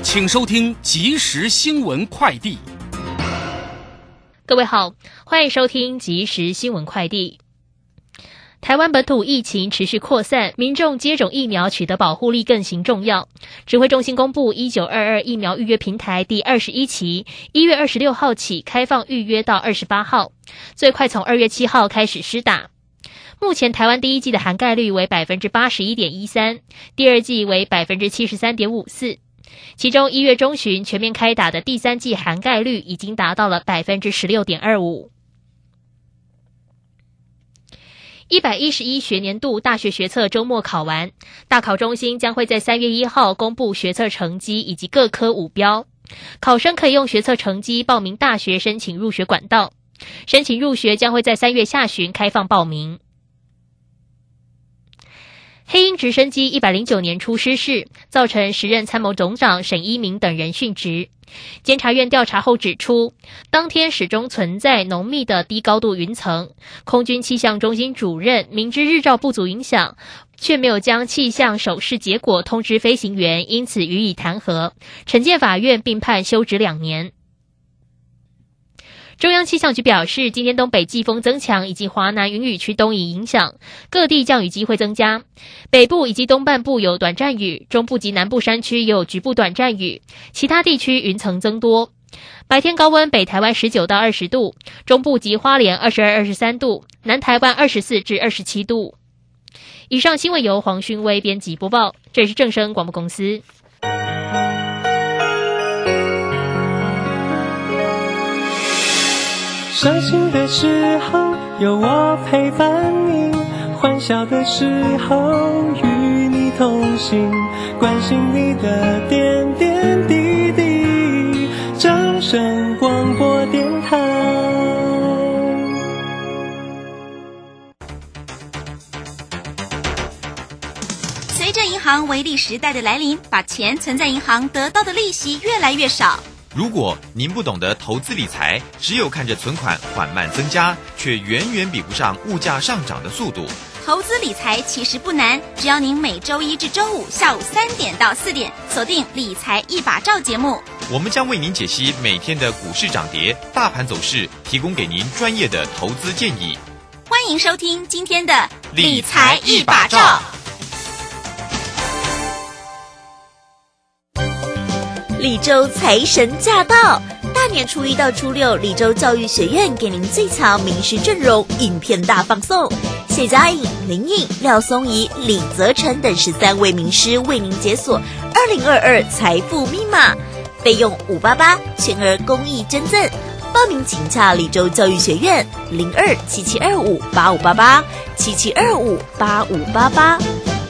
请收听即时新闻快递。 各位好，欢迎收听即时新闻快递。台湾本土疫情持续扩散，民众接种疫苗取得保护力更形重要。指挥中心公布1922疫苗预约平台第21期，1月26号起开放预约到28号，最快从2月7号开始施打。目前台湾第一剂的涵盖率为 81.13%， 第二剂为 73.54%。其中1月中旬全面开打的第三剂涵盖率已经达到了 16.25%。111学年度大学学测周末考完，大考中心将会在3月1号公布学测成绩以及各科5标。考生可以用学测成绩报名大学申请入学管道，申请入学将会在3月下旬开放报名。黑鹰直升机109年出失事，造成时任参谋总长沈一鸣等人殉职。监察院调查后指出，当天始终存在浓密的低高度云层，空军气象中心主任明知日照不足影响，却没有将气象手势结果通知飞行员，因此予以弹劾。惩戒法院并判休职2年。中央气象局表示，今天东北季风增强以及华南云雨区东移影响，各地降雨机会增加。北部以及东半部有短暂雨，中部及南部山区也有局部短暂雨，其他地区云层增多。白天高温，北台湾19到20度，中部及花莲22、23度，南台湾24至27度。以上新闻由黄勋威编辑播报，这里是正声广播公司。 伤心的时候有我陪伴你，欢笑的时候与你同行，关心你的点点滴滴。正声广播电台。 随着银行微利时代的来临，把钱存在银行得到的利息越来越少。 如果您不懂得投资理财，只有看着存款缓慢增加，却远远比不上物价上涨的速度。 投资理财其实不难，只要您每周一至周五下午3点到4点锁定理财一把照节目， 我们将为您解析每天的股市涨跌、大盘走势，提供给您专业的投资建议。 欢迎收听今天的理财一把照。 李州财神驾到！大年初1到初6，李州教育学院给您最强名师阵容，影片大放送。谢佳颖、林颖、廖松怡、李泽成等13位名师为您解锁2022财富密码，费用588，全额公益捐赠。报名请洽李州教育学院0277258588 77258588。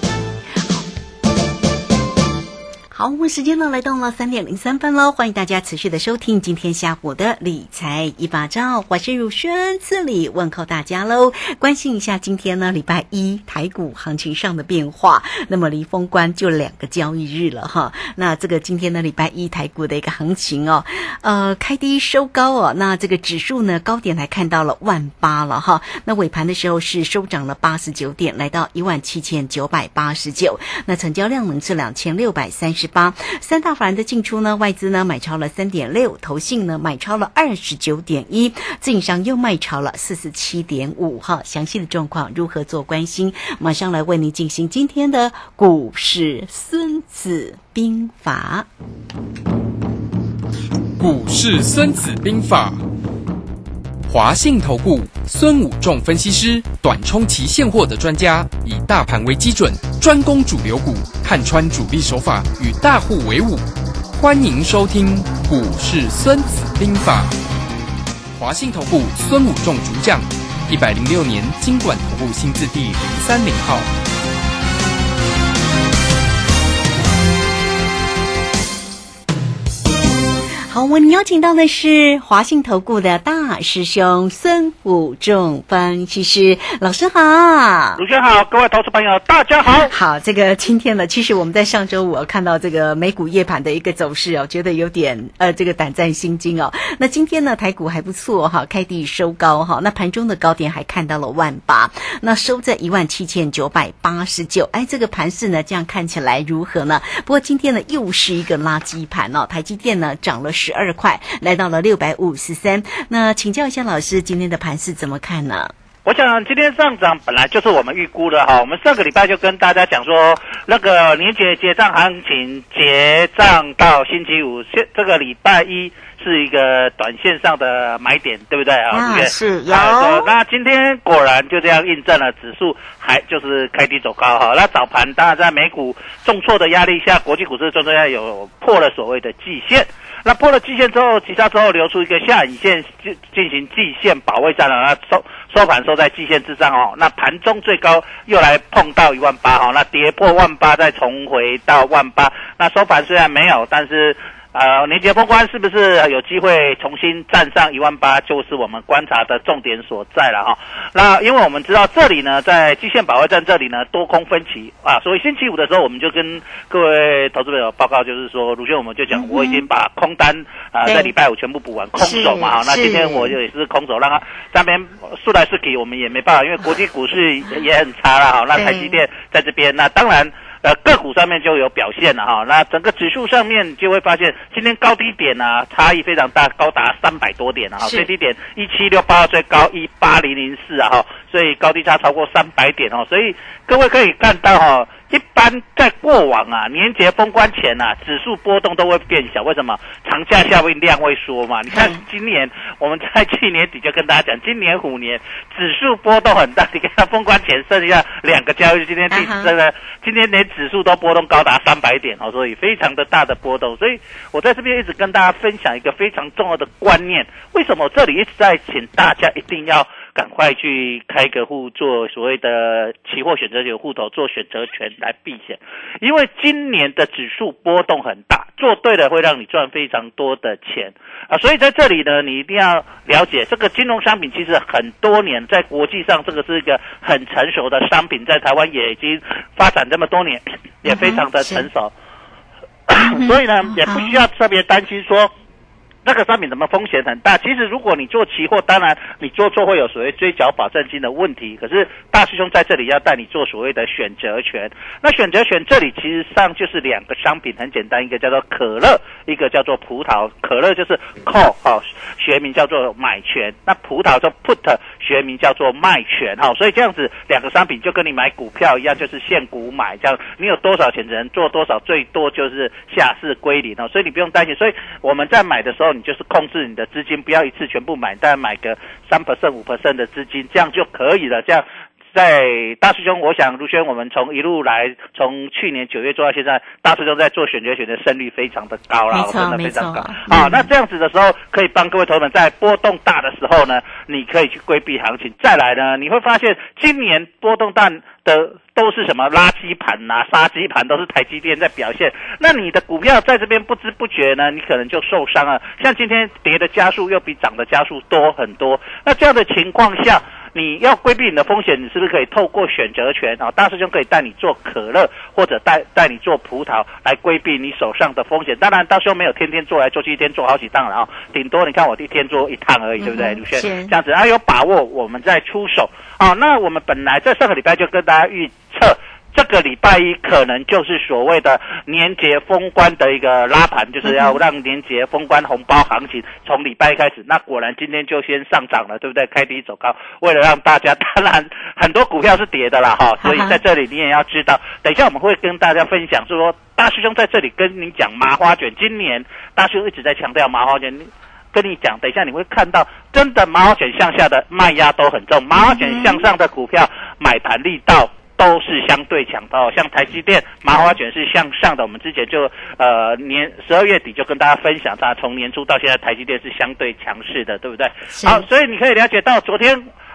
好，我们时间呢来到了3点03分喽，欢迎大家持续的收听今天下午的理财一把照，我是汝轩，这里问候大家喽。关心一下今天呢礼拜一台股行情上的变化，那么离封关就2个交易日了哈。那这个今天呢礼拜一台股的一个行情哦，开低收高哦，那这个指数呢高点来看到了18000了哈，那尾盘的时候是收涨了89点，来到17989，那成交量呢是2638。三大法人的进出呢，外资呢买超了 3.6， 投信呢买超了 29.1， 自营商又卖超了 47.5 哈。详细的状况如何做关心，马上来为您进行今天的股市孙子兵法。 股市孙子兵法，华信投顾孙武仲分析师，短冲期现货的专家，以大盘为基准，专攻主流股，看穿主力手法，与大户为伍。欢迎收听股市孙子兵法。华信投顾孙武仲主讲，106年金管投顾新字第030号。 好， 好，我们邀请到的是华信投顾的大师兄孙武仲分析师老师好。 主持人好，各位投资朋友大家好。 好，这个今天呢，其实我们在上周五看到这个美股夜盘的一个走势哦，觉得有点这个胆战心惊哦。那今天呢，台股还不错哈，开低收高哈，那盘中的高点还看到了18000，那收在17989。哎，这个盘势呢，这样看起来如何呢？不过今天呢，又是一个垃圾盘哦，台积电呢涨了12块，来到了653。那请教一下老师，今天的盘势怎么看呢？ 我想今天上涨本来就是我们预估的哈，我们上个礼拜就跟大家讲说，那个年节结账行情结账到星期五，这个礼拜一是一个短线上的买点，对不对啊？ 是有。 那今天果然就这样印证了，指数还就是开低走高哈。那早盘当然在美股重挫的压力下，国际股市重挫压力有破了所谓的季线。那破了季线之后，急杀之后留出一个下影线，进行季线保卫战了。那收盘收在季线之上哦。那盘中最高又来碰到18000哈，那跌破18000再重回到18000。那收盘虽然没有，但是年节封关是不是有机会重新站上18000，就是我们观察的重点所在了哈。那因为我们知道这里呢，在季线保卫战这里呢多空分歧啊，所以星期五的时候我们就跟各位投资朋友报告，就是说卢轩我们就讲我已经把空单在礼拜五全部补完空手嘛哈。那今天我就也是空手，让它这边输来输去，我们也没办法，因为国际股市也很差了哈。那台积电在这边，那当然。个股上面就有表现了哈，那整个指数上面就会发现今天高低点啊差异非常大，高达300多点啊，最低点17682，最高18004啊哈，所以高低差超过300点哦，所以各位可以看到哈。一般在过往啊，年节封关前啊，指数波动都会变小。为什么？长假效应量会缩嘛。你看今年，我们在去年底就跟大家讲，今年虎年指数波动很大。你看封关前剩下2个交易日，今天连指数都波动高达300点哦，所以非常的大的波动。所以我在这边一直跟大家分享一个非常重要的观念。为什么我这里一直在请大家一定要赶快去开个户，做所谓的期货选择权户头，做选择权来避险，因为今年的指数波动很大，做对了会让你赚非常多的钱啊！所以在这里呢，你一定要了解这个金融商品，其实很多年在国际上这个是一个很成熟的商品，在台湾也已经发展这么多年，也非常的成熟，所以呢，也不需要特别担心说。那个商品怎么风险很大？其实如果你做期货，当然你做错会有所谓追缴保证金的问题。可是大师兄在这里要带你做所谓的选择权。那选择权这里其实上就是2个商品，很简单，一个叫做可乐，一个叫做葡萄。可乐就是 call 学名叫做买权，那葡萄叫 put 学名叫做卖权所以这样子2个商品就跟你买股票一样，就是现股买，这样你有多少钱只能做多少，最多就是下市归零所以你不用担心。所以我们在买的时候，你就是控制你的资金，不要一次全部买，但买个3% 5% 的资金，这样就可以了。这样在大师兄，我想卢轩，我们从一路来，从去年9月做到现在，大师兄在做选择权的胜率非常的高啦，真的非常高。那这样子的时候，可以帮各位投资们在波动大的时候呢，你可以去规避行情。再来呢，你会发现今年波动大的都是什么垃圾盘杀鸡盘，都是台积电在表现。那你的股票在这边不知不觉呢，你可能就受伤了。像今天跌的家数又比涨的家数多很多。那这样的情况下，你要规避你的风险，你是不是可以透过选择权大师兄可以带你做可乐，或者带你做葡萄，来规避你手上的风险。当然大师兄没有天天做来做去，一天做好几趟了顶多你看我一天做1趟而已，对不对，卢轩？这样子有把握我们再出手那我们本来在上个礼拜就跟大家预测，这个礼拜一可能就是所谓的年节封关的一个拉盘，就是要让年节封关红包行情从礼拜一开始。那果然今天就先上涨了，对不对？开低走高，为了让大家，当然很多股票是跌的啦所以在这里你也要知道，等一下我们会跟大家分享，就是说大师兄在这里跟你讲麻花卷，今年大师兄一直在强调麻花卷。跟你讲，等一下你会看到，真的麻花卷向下的卖压都很重，麻花卷向上的股票买盘力道都是相对强的像台积电麻花卷是向上的，我们之前就12月底就跟大家分享，它从年初到现在台积电是相对强势的，对不对？好，所以你可以了解到昨天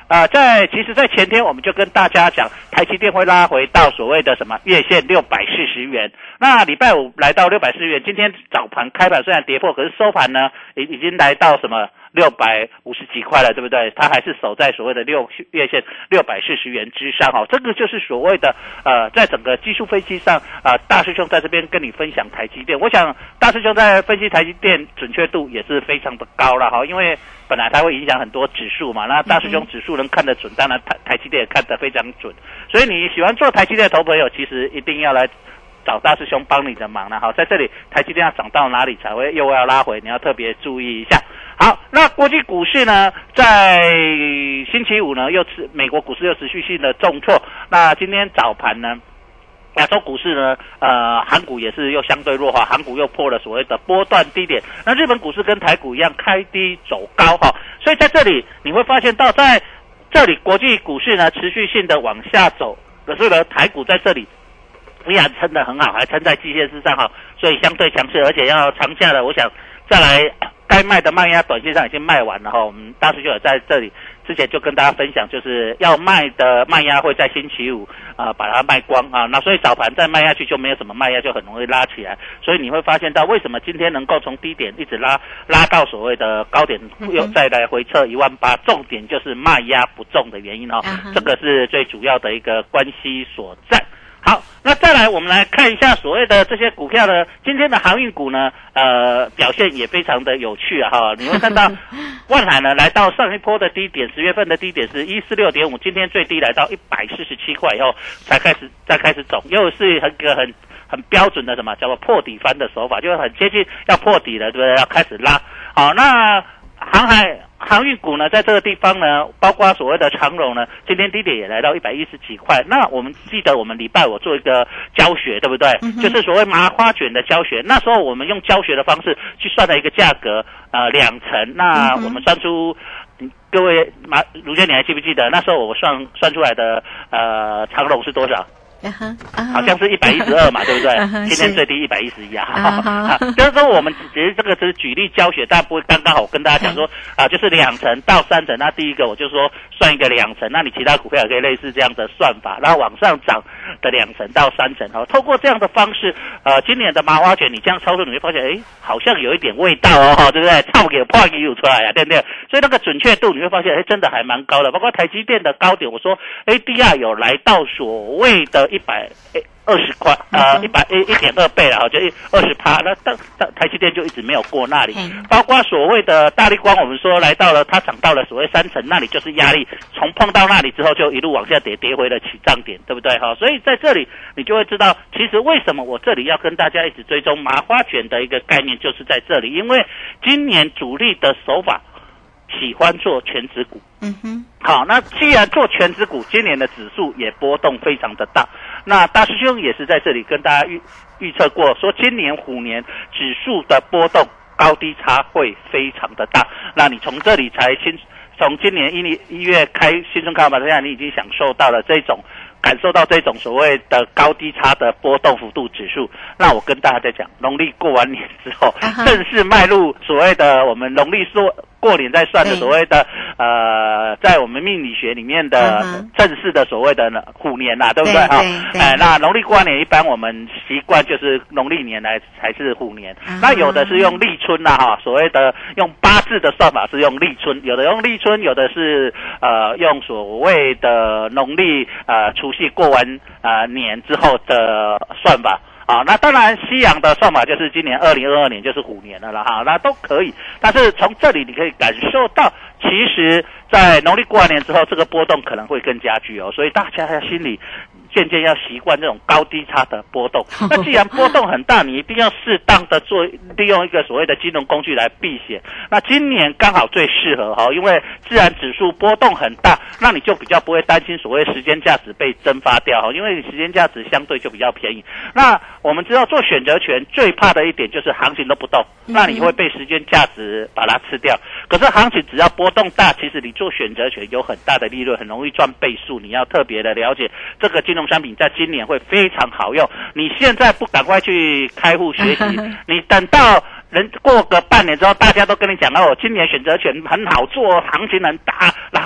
其实在前天我们就跟大家讲，台积电会拉回到所谓的什么月线640元。那礼拜五来到640元，今天早盘开盘虽然跌破，可是收盘呢已经来到什么650几块了，对不对？它还是守在所谓的月线640元之上哈。这个就是所谓的在整个技术分析上大师兄在这边跟你分享台积电。我想大师兄在分析台积电准确度也是非常的高了哈，因为本来它会影响很多指数嘛，那大师兄指数能看得准，当然台积电也看得非常准。所以你喜欢做台积电的投朋友，其实一定要来找大师兄帮你的忙了。好，在这里台积电要涨到哪里才会又要拉回，你要特别注意一下。好，那国际股市呢，在星期五呢，美国股市又持续性的重挫。那今天早盘呢，亚洲股市呢，韩股也是又相对弱化，韩股又破了所谓的波段低点。那日本股市跟台股一样开低走高哈，所以在这里你会发现到，在这里国际股市呢持续性的往下走，可是呢台股在这里依然撑得很好，还撑在季线之上哈，所以相对强势，而且要长下的，我想再来该卖的卖压短线上已经卖完了哈。我们大师就有在这里之前就跟大家分享，就是要卖的卖压会在星期五把它卖光啊。那所以早盘再卖下去就没有什么卖压，就很容易拉起来。所以你会发现到为什么今天能够从低点一直拉到所谓的高点，又再来回测18000，重点就是卖压不重的原因哦。这个是最主要的一个关系所在。好，那再来我们来看一下所谓的这些股票呢，今天的航运股呢，表现也非常的有趣啊哈。你会看到万海呢来到上一波的低点，10月份的低点是 146.5， 今天最低来到147块以后再开始走，又是很标准的什么叫做破底翻的手法，就是很接近要破底了，对不对？要开始拉。好，那航运股呢，在这个地方呢，包括所谓的长荣呢，今天低点也来到110几块。那我们记得我们礼拜我做一个教学，对不对？就是所谓麻花卷的教学。那时候我们用教学的方式去算了一个价格，2成。那我们算出，各位卢姐你还记不记得那时候我算出来的长荣是多少？好像是112嘛，对不对？今天最低111啊。就是说我们只是这个只是举例教学，但不会刚好我跟大家讲说就是2成到3成。那第一个我就说算一个2成，那你其他股票也可以类似这样的算法，然后往上涨的2成到3成。透过这样的方式，今年的麻花卷你这样操作，你会发现好像有一点味道哦，对不对？差不多破1有出来啊，对不对？所以那个准确度你会发现真的还蛮高的。包括台积电的高点，我说 ADR 有来到所谓的120块1.2倍了，就20%，那台积电就一直没有过那里。包括所谓的大立光，我们说来到了它涨到了所谓3成，那里就是压力，从碰到那里之后就一路往下跌回了起涨点，对不对？所以在这里你就会知道，其实为什么我这里要跟大家一直追踪麻花卷的一个概念，就是在这里，因为今年主力的手法喜欢做全指股。好，那既然做全指股，今年的指数也波动非常的大。那大师兄也是在这里跟大家预测过，说今年虎年指数的波动高低差会非常的大。那你从这里从今年1月开新春开盘到现在，你已经感受到这种所谓的高低差的波动幅度指数。那我跟大家在讲，农历过完年之后，正式迈入所谓的我们农历过年在算的所谓的在我们命理学里面的正式的所谓的虎年啦，对不对？那农历过完年一般我们习惯就是农历年来才是虎年。那有的是用立春啦所谓的用八字的算法是用立春，有的用立春，有的是用所谓的农历除夕过完年之后的算法。那当然西洋的算法就是今年2022年就是虎年了啦，那都可以。但是从这里你可以感受到，其实在农历过完年之后，这个波动可能会更加剧所以大家在心里渐渐要习惯这种高低差的波动。那既然波动很大，你一定要适当的利用一个所谓的金融工具来避险。那今年刚好最适合因为自然指数波动很大，那你就比较不会担心所谓时间价值被蒸发掉因为时间价值相对就比较便宜。那我们知道做选择权最怕的一点就是行情都不动，那你会被时间价值把它吃掉。可是行情只要波动大，其实你做选择权有很大的利润，很容易赚倍数。你要特别的了解这个金融商品在今年会非常好用。你现在不赶快去开户学习，你等到过个半年之后，大家都跟你讲今年选择权很好做，行情很大，然后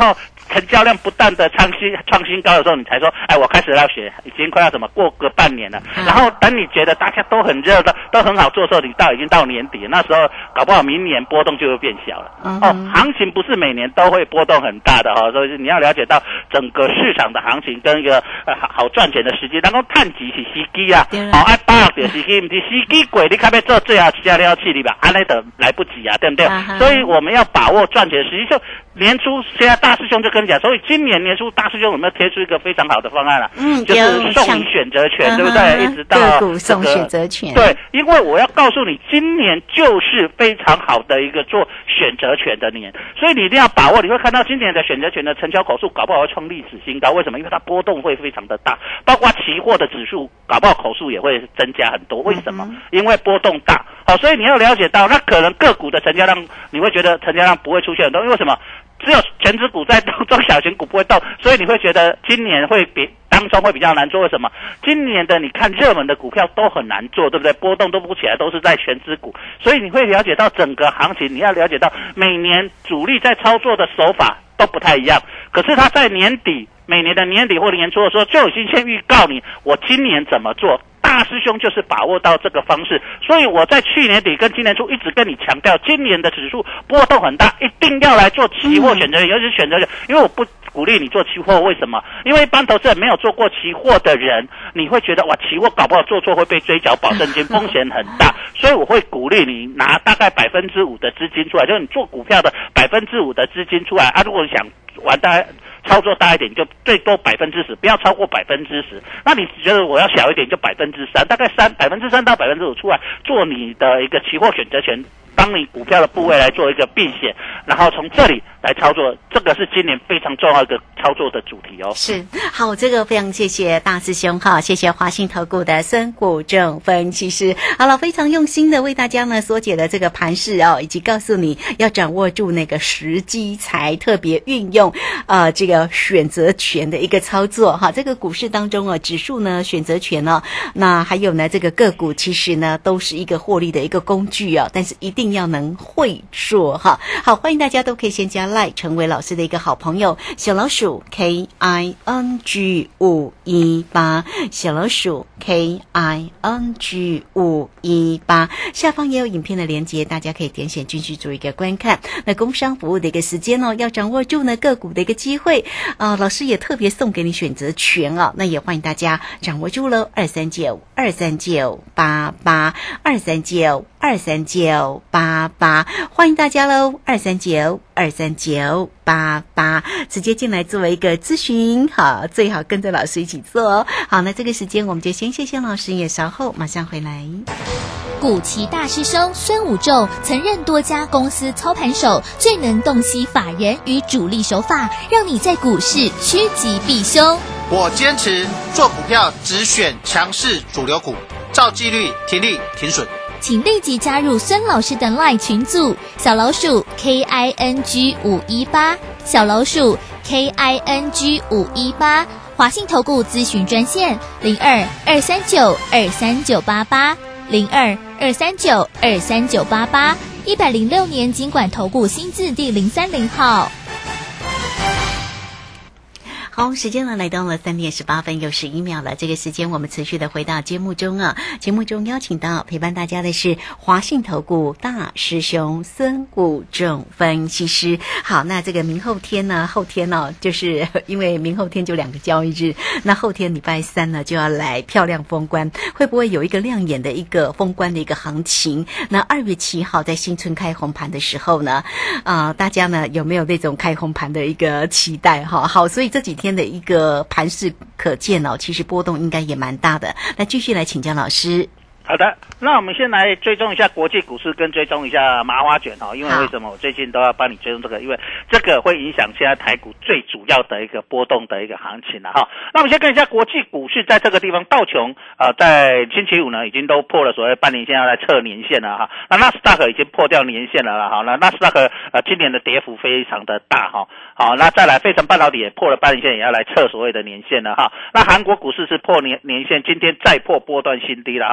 成交量不断的创新高的时候，你才说，哎，我开始要学，已经快要怎么过个半年了。然后等你觉得大家都很热的，都很好做的时候，你已经到年底了，那时候搞不好明年波动就会变小了。行情不是每年都会波动很大的所以你要了解到整个市场的行情跟一个好赚钱的时机，然后探底是时机啊，爱把握的时机，不是时机过，你开始做最后加了去，你吧，安内的来不及啊，对不对？所以我们要把握赚钱的时机。就年初，现在大师兄就跟你讲，所以今年年初大师兄有没有贴出一个非常好的方案了？就是送你选择权，对不对？一直到个股送选择权。 对，因为我要告诉你，今年就是非常好的一个做选择权的年，所以你一定要把握。你会看到今年的选择权的成交口数搞不好会创历史新高，为什么？因为它波动会非常的大，包括期货的指数搞不好口数也会增加很多。为什么？因为波动大。所以你要了解到，那可能个股的成交量，你会觉得成交量不会出现很多，因为什么？只有全指股在动，中小型股不会动，所以你会觉得今年会当中会比较难做。为什么？今年的你看热门的股票都很难做，对不对？波动都不起来，都是在全指股，所以你会了解到整个行情，你要了解到每年主力在操作的手法都不太一样，可是他在年底，每年的年底或年初的时候，就已经先预告你，我今年怎么做。大师兄就是把握到这个方式，所以我在去年底跟今年初一直跟你强调，今年的指数波动很大，一定要来做期货选择权，尤其是选择权，因为我不鼓励你做期货。为什么？因为一般投资人没有做过期货的人，你会觉得哇，期货搞不好做错会被追缴保证金，风险很大，所以我会鼓励你拿大概5%的资金出来，就是你做股票的5%的资金出来啊。如果你想玩大概操作大一点，就最多10%，不要超过10%。那你觉得我要小一点，就3%，大概3%到5%出来做你的一个期货选择权，帮你股票的部位来做一个避险，然后从这里来操作，这个是今年非常重要一个操作的主题哦。 是，好，这个非常谢谢大师兄哈，谢谢华信投顾的孙谷正分析师。好了，非常用心的为大家呢缩解了这个盘势以及告诉你要掌握住那个时机，才特别运用这个选择权的一个操作哈。这个股市当中指数呢选择权那还有呢这个个股其实呢都是一个获利的一个工具但是一定要能会做哈。好，欢迎大家都可以先加 LINE 成为老师的一个好朋友，小老鼠 KING518， 小老鼠 KING518， 下方也有影片的连结，大家可以点选进去做一个观看。那工商服务的一个时间要掌握住呢个股的一个机会老师也特别送给你选择权那也欢迎大家掌握住了239-239-88，239-239-88，欢迎大家喽，239-239-88，直接进来作为一个咨询，好，最好跟着老师一起做好，那这个时间我们就先谢谢老师，也稍后马上回来。 股期大师兄孙武仲曾任多家公司操盘手，最能洞悉法人与主力手法，让你在股市趋吉避凶。 我坚持做股票只选强势主流股，照纪律停利停损。 请立即加入孙老师的 LINE 群组，小老鼠 KING518， 小老鼠 KING518， 华信投顾咨询专线02-239-23988。02-239-23988，106年金管投顾新字第030号。 好，时间呢来到了3点18分又11秒了。这个时间我们持续的回到节目中节目中邀请到陪伴大家的是华信投顾大师兄孙谷正分析师。好，那这个明后天呢，后天就是因为明后天就2个交易日，那后天礼拜3呢就要来漂亮封关，会不会有一个亮眼的一个封关的一个行情？那2月7号在新春开红盘的时候呢，大家呢有没有那种开红盘的一个期待好，所以这几天的一个盘势可见其实波动应该也蛮大的。那继续来请教老师。 好的，那我们先来追踪一下国际股市，跟追踪一下麻花卷因为为什么我最近都要帮你追踪这个？因为这个会影响现在台股最主要的一个波动的一个行情那我们先看一下国际股市，在这个地方道琼在星期五呢已经都破了所谓半年线，要来测年线了那纳斯达克已经破掉年线了那纳斯达克今年的跌幅非常的大好，那再来费城半导体也破了半年线，也要来测所谓的年线了那韩国股市是破年线，今天再破波段新低了那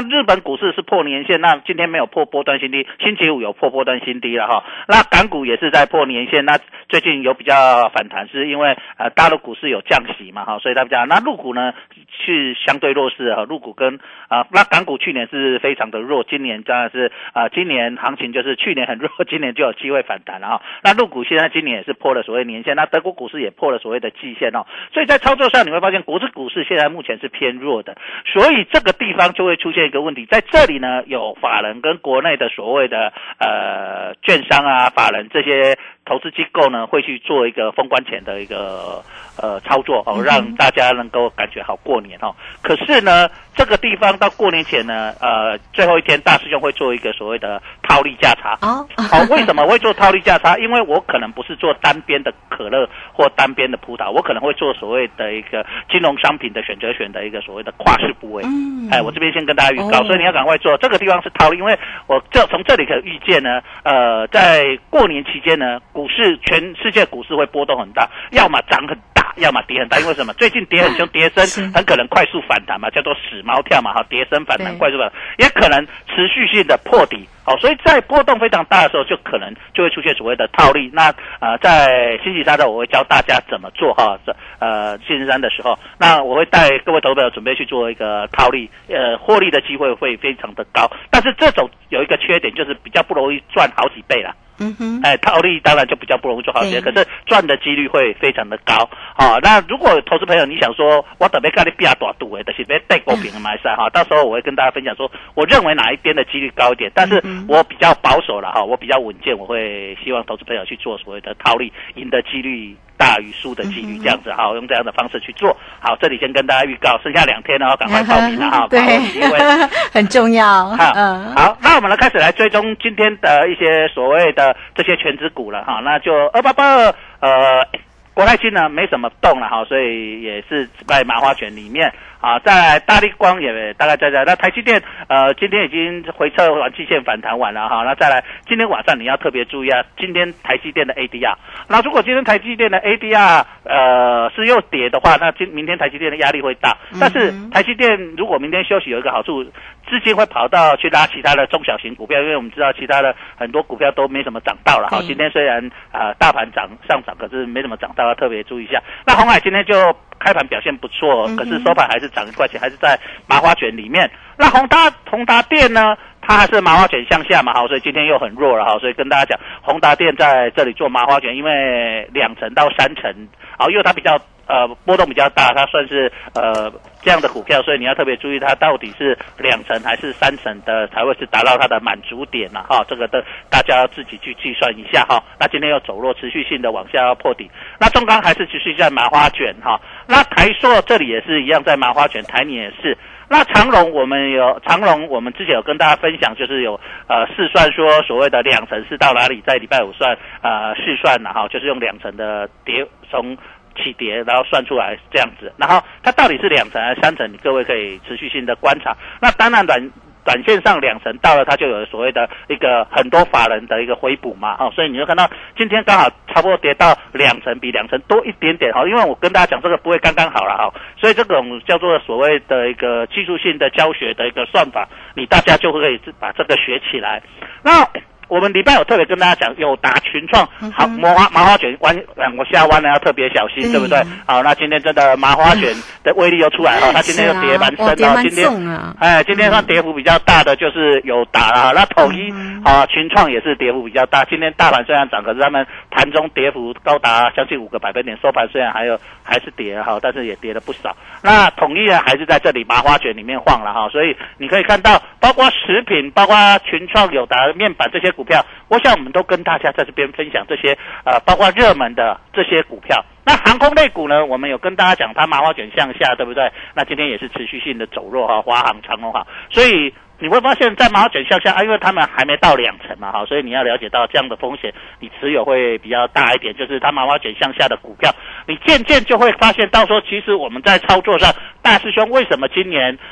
日本股市是破年线，那今天没有破波段新低，星期五有破波段新低了哈。那港股也是在破年线，那最近有比较反弹，是因为大陆股市有降息嘛哈，所以它比较。那陆股呢是相对弱势哈，陆股跟那港股去年是非常的弱，今年当然是今年行情就是去年很弱，今年就有机会反弹了哈。那陆股现在今年也是破了所谓年线，那德国股市也破了所谓的季线哦，所以在操作上你会发现国际股市现在目前是偏弱的，所以这个地方就会出现一个问题，在这里呢有法人跟国内的所谓的券商啊、法人这些投资机构呢会去做一个封关前的一个操作哦，让大家能够感觉好过年哦。可是呢，这个地方到过年前呢，最后一天大师兄会做一个所谓的套利价差哦。好，为什么会做套利价差？因为我可能不是做单边的可乐或单边的葡萄，我可能会做所谓的一个金融商品的选择权的一个所谓的跨市部位。我这边先跟大家预告，所以你要赶快做。这个地方是套利，因为我从这里可以预见呢，在过年期间呢，股市全世界股市会波动很大，要么涨很大，要么跌很大。因为什么？最近跌很凶，跌升很可能快速反弹嘛，叫做死猫跳嘛，哈，跌升反弹快速反弹，也可能持续性的破底。好，所以在波动非常大的时候，可能会出现所谓的套利。那在星期三的我会教大家怎么做哈。星期三的时候，那我会带各位投资者准备去做一个套利，获利的机会会非常的高。但是这种有一个缺点，就是比较不容易赚好几倍啦。套利当然就比较不容易做好些，可是赚的几率会非常的高。那如果投资朋友你想说，我准备跟你比较大赌的，就是要带股票的买赛哈，到时候我会跟大家分享说，我认为哪一边的几率高一点，但是我比较保守了哈，我比较稳健，我会希望投资朋友去做所谓的套利，赢的几率大于输的几率，这样子好，用这样的方式去做。好，这里先跟大家预告，剩下2天了，赶快报名了哈， 对，很重要。 好，那我们开始来追踪今天的一些所谓的这些全指股了哈，那就2882国泰金呢没什么动了哈，所以也是在麻花卷里面啊。再来大立光也大概在这，那台积电今天已经回撤完季线反弹完了哈，那再来今天晚上你要特别注意啊，今天台积电的 ADR， 那如果今天台积电的 ADR 是又跌的话，那明天台积电的压力会大。但是台积电如果明天休息有一个好处，资金会跑到去拉其他的中小型股票，因为我们知道其他的很多股票都没什么涨到了哈。今天虽然大盘上涨，可是没什么涨到，要特别注意一下。那鸿海今天就开盘表现不错，可是收盘还是涨1块钱，还是在麻花卷里面。那宏达电呢，它还是麻花卷向下嘛，好，所以今天又很弱了哈，所以跟大家讲，宏达电在这里做麻花卷，因为2成到3成，好，因为它比较波动比较大，它算是这样的股票，所以你要特别注意它到底是2成还是3成的才会是达到它的满足点呐，哈，这个的大家要自己去计算一下哈。那今天又走弱，持续性的往下要破底，那中钢还是持续在麻花卷哈，那台塑这里也是一样在麻花卷，台泥也是。那长荣我们之前有跟大家分享，就是有试算说所谓的2成是到哪里，在礼拜五算试算然后就是用2成的跌从起跌，然后算出来这样子，然后它到底是2成还是3成，你各位可以持续性的观察。那当然短线上2成到了，它就有所谓的一个很多法人的一个回补嘛，所以你就看到今天刚好差不多跌到2成，比2成多一点点，因为我跟大家讲这个不会刚刚好了，所以这种叫做所谓的一个技术性的教学的一个算法，大家就可以把这个学起来。那我们礼拜有特别跟大家讲，友达群创好麻花卷往下弯了，要特别小心，对不对？好，那今天真的麻花卷的威力又出来了，它今天又跌蛮深的，今天算跌幅比较大的就是友达啦，那统一群创也是跌幅比较大。今天大盘虽然涨，可是他们盘中跌幅高达将近5个百分点，收盘虽然还是跌哈，但是也跌了不少。那统一呢还是在这里麻花卷里面晃了哈，所以你可以看到，包括食品，包括群创、友达、面板这些股票，我想我们都跟大家在这边分享这些包括热门的这些股票。那航空类股呢，我们有跟大家讲它麻花卷向下，对不对？那今天也是持续性的走弱哈，华航、长荣哈，所以你会发现在麻花卷向下因为他们还没到2成嘛，所以你要了解到这样的风险，你持有会比较大一点，就是它麻花卷向下的股票，你渐渐就会发现到说，其实我们在操作上，大师兄为什么今年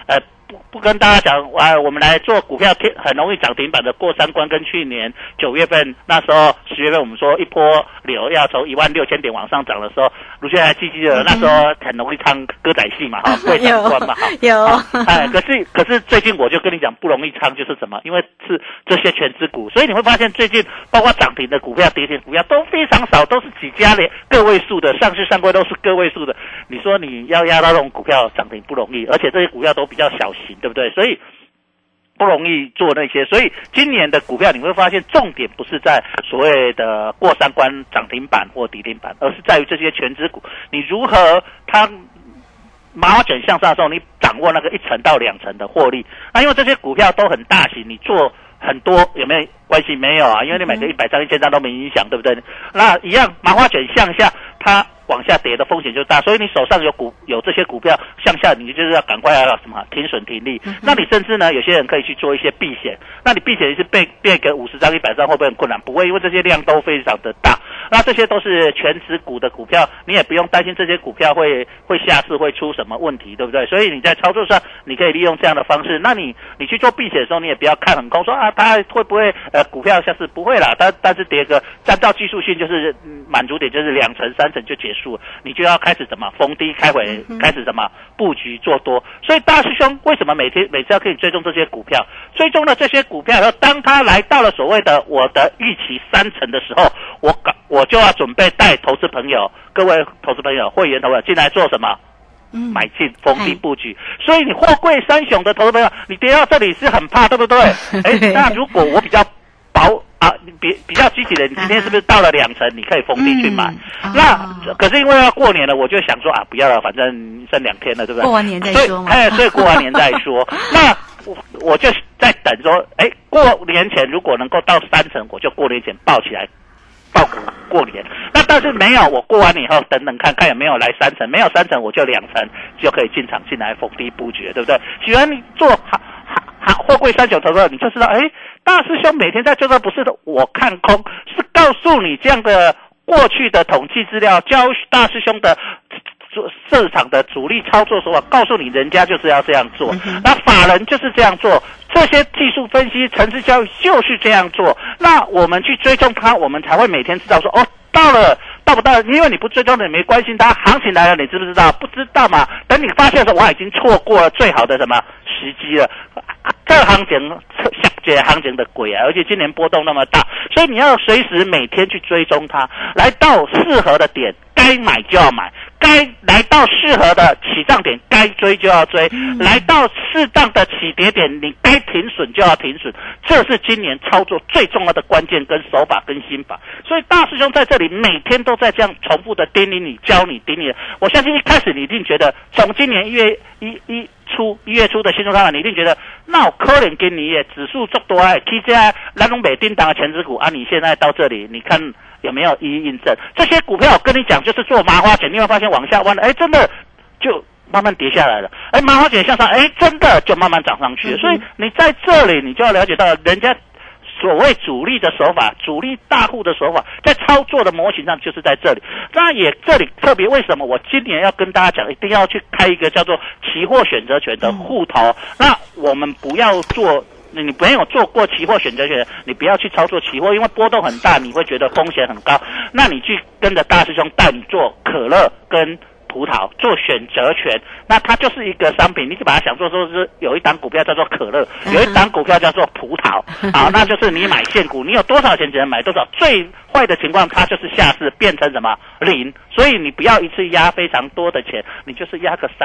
不跟大家讲，我们来做股票很容易涨停板的过三关，跟去年9月份那时候10月份我们说一波流要从16000点往上涨的时候，卢轩还记得那时候很容易唱歌仔戏嘛，哈，过三关嘛， 有， 可是最近我就跟你讲不容易唱，就是什么？因为是这些全指股，所以你会发现最近包括涨停的股票、跌停股票都非常少，都是几家的个位数的，上市上柜都是个位数的。你说你要压到这种股票涨停不容易，而且这些股票都比较小型，对不对？所以不容易做那些，所以今年的股票你会发现重点不是在所谓的过三关涨停板或跌停板，而是在于这些全指股，你如何它麻花卷向上的时候，你掌握那个1成到2成的获利。那因为这些股票都很大型，你做很多有没有关系？没有啊，因为你买个100张、1000张都没影响，对不对？那一样麻花卷向下，它往下跌的风险就大，所以你手上有这些股票向下，你就是要赶快要什么停损停利。那你甚至呢，有些人可以去做一些避险。那你避险是变个50张、100张会不会很困难？不会，因为这些量都非常的大。那这些都是全指股的股票，你也不用担心这些股票会下市会出什么问题，对不对？所以你在操作上，你可以利用这样的方式。那你去做避险的时候，你也不要看很空，说啊，它会不会股票下市？不会啦，但是跌个按照技术性就是满足点就是2成、3成就结束了，你就要开始怎么逢低开始怎么布局做多。所以大师兄为什么每次要可以追踪这些股票？追踪了这些股票，然后当它来到了所谓的我的预期3成的时候，我就要准备带投资朋友、各位投资朋友、会员投资进来做什么？买进逢低布局。所以你货柜三雄的投资朋友，你跌到这里是很怕，对不对？那如果我比较比较积极的，你今天是不是到了2成，你可以逢低去买？那可是因为要过年了，我就想说啊，不要了，反正剩2天了，对不对？ 过完年再说嘛。 所以过完年再说。那我就在等说，过年前如果能够到3成，我就过年前抱起来。报股过年，那但是没有，我过完年以后等等看有没有来3成，没有3成我就2成就可以进场进来逢低布局，对不对？喜欢你做货柜三雄投资，你就知道，大师兄每天在做的不是我看空，是告诉你这样的过去的统计资料，教大师兄的市场的主力操作手法，告诉你人家就是要这样做，那法人就是这样做，这些技术分析、程式交易就是这样做。那我们去追踪它，我们才会每天知道说，到不到？因为你不追踪的也没关系，它行情来了，你知不知道？不知道嘛。等你发现的时候，我已经错过了最好的什么时机了。这行情这行情的鬼啊！而且今年波动那么大，所以你要随时每天去追踪它，来到适合的点，该买就要买。该来到适合的起涨点，该追就要追，来到适当的起跌点，你该停损就要停损，这是今年操作最重要的关键跟手法跟心法。所以大师兄在这里每天都在这样重复的叮咛你、教你、叮咛。我相信一开始你一定觉得，从今年1月初的新春开盘，你一定觉得那有可能跟你的指数做多其实咱拢没叮当的前指股啊，你现在到这里，你看有没有一一印证？这些股票我跟你讲，就是做麻花卷，你会发现往下弯了，真的就慢慢跌下来了。麻花卷向上，真的就慢慢涨上去了。所以你在这里，你就要了解到人家所谓主力的手法，主力大户的手法，在操作的模型上就是在这里。那也这里特别为什么我今年要跟大家讲，一定要去开一个叫做期货选择权的户头。那我们不要做。你没有做过期货选择权，你不要去操作期货，因为波动很大，你会觉得风险很高。那你去跟着大师兄带你做可乐跟葡萄做选择权，那它就是一个商品，你就把它想做说是有一档股票叫做可乐，有一档股票叫做葡萄，好，那就是你买现股，你有多少钱只能买多少，最坏的情况它就是下市变成什么0，所以你不要一次压非常多的钱，你就是压个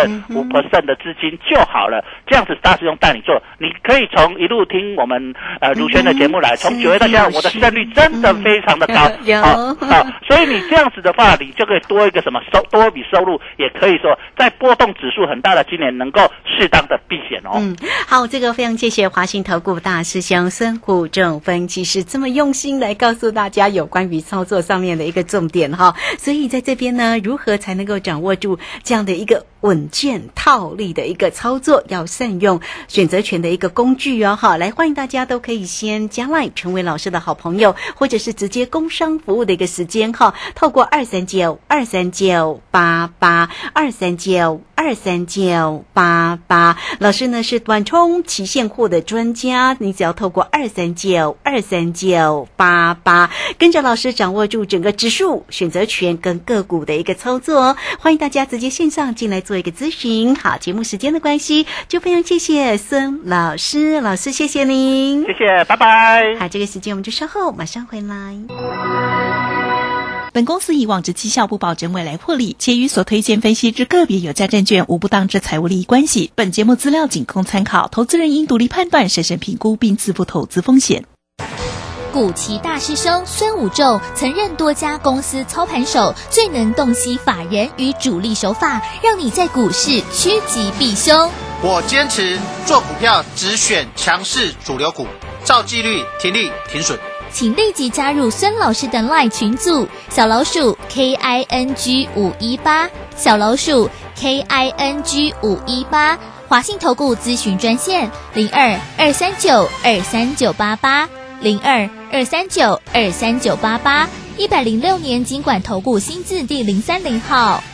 3%、5% 的资金就好了，这样子大师兄带你做，你可以从一路听我们如轩的节目来，从9月到现在，我的胜率真的非常的高，好，所以你这样子的话，你就可以多一个什么多一笔收入，也可以说在波动指数很大的今年能够适当的避险哦。 好，这个非常谢谢华信投顾大师兄孙虎正分析师这么用心来告诉大家有关于操作上面的一个重点哈。所以以在这边呢，如何才能够掌握住这样的一个稳健套利的一个操作，要善用选择权的一个工具哦。好，来欢迎大家都可以先加 LINE 成为老师的好朋友，或者是直接工商服务的一个时间哈，透过239-239-88，239-239-88，老师呢是短冲期现货的专家，你只要透过239-239-88，跟着老师掌握住整个指数、选择权跟个股的一个操作哦。欢迎大家直接线上进来做一个咨询。好，节目时间的关系，就非常谢谢孙老师，老师谢谢您， 谢谢，拜拜。 好，这个时间我们就稍后马上回来。 本公司以往之绩效不保证未来获利，且与所推荐分析之个别有价证券无不当之财务利益关系。本节目资料仅供参考，投资人应独立判断、审慎评估并自负投资风险。 古奇大师兄孙武仲曾任多家公司操盘手，最能洞悉法人与主力手法，让你在股市趋吉避凶。 我坚持做股票只选强势主流股，照纪律停利停损。 请立即加入孙老师的 LINE 群组，小老鼠 KING518， 小老鼠 KING518， 华信投顾咨询专线02-239-23988，02-239-23988，106年金管投顾新字第030号。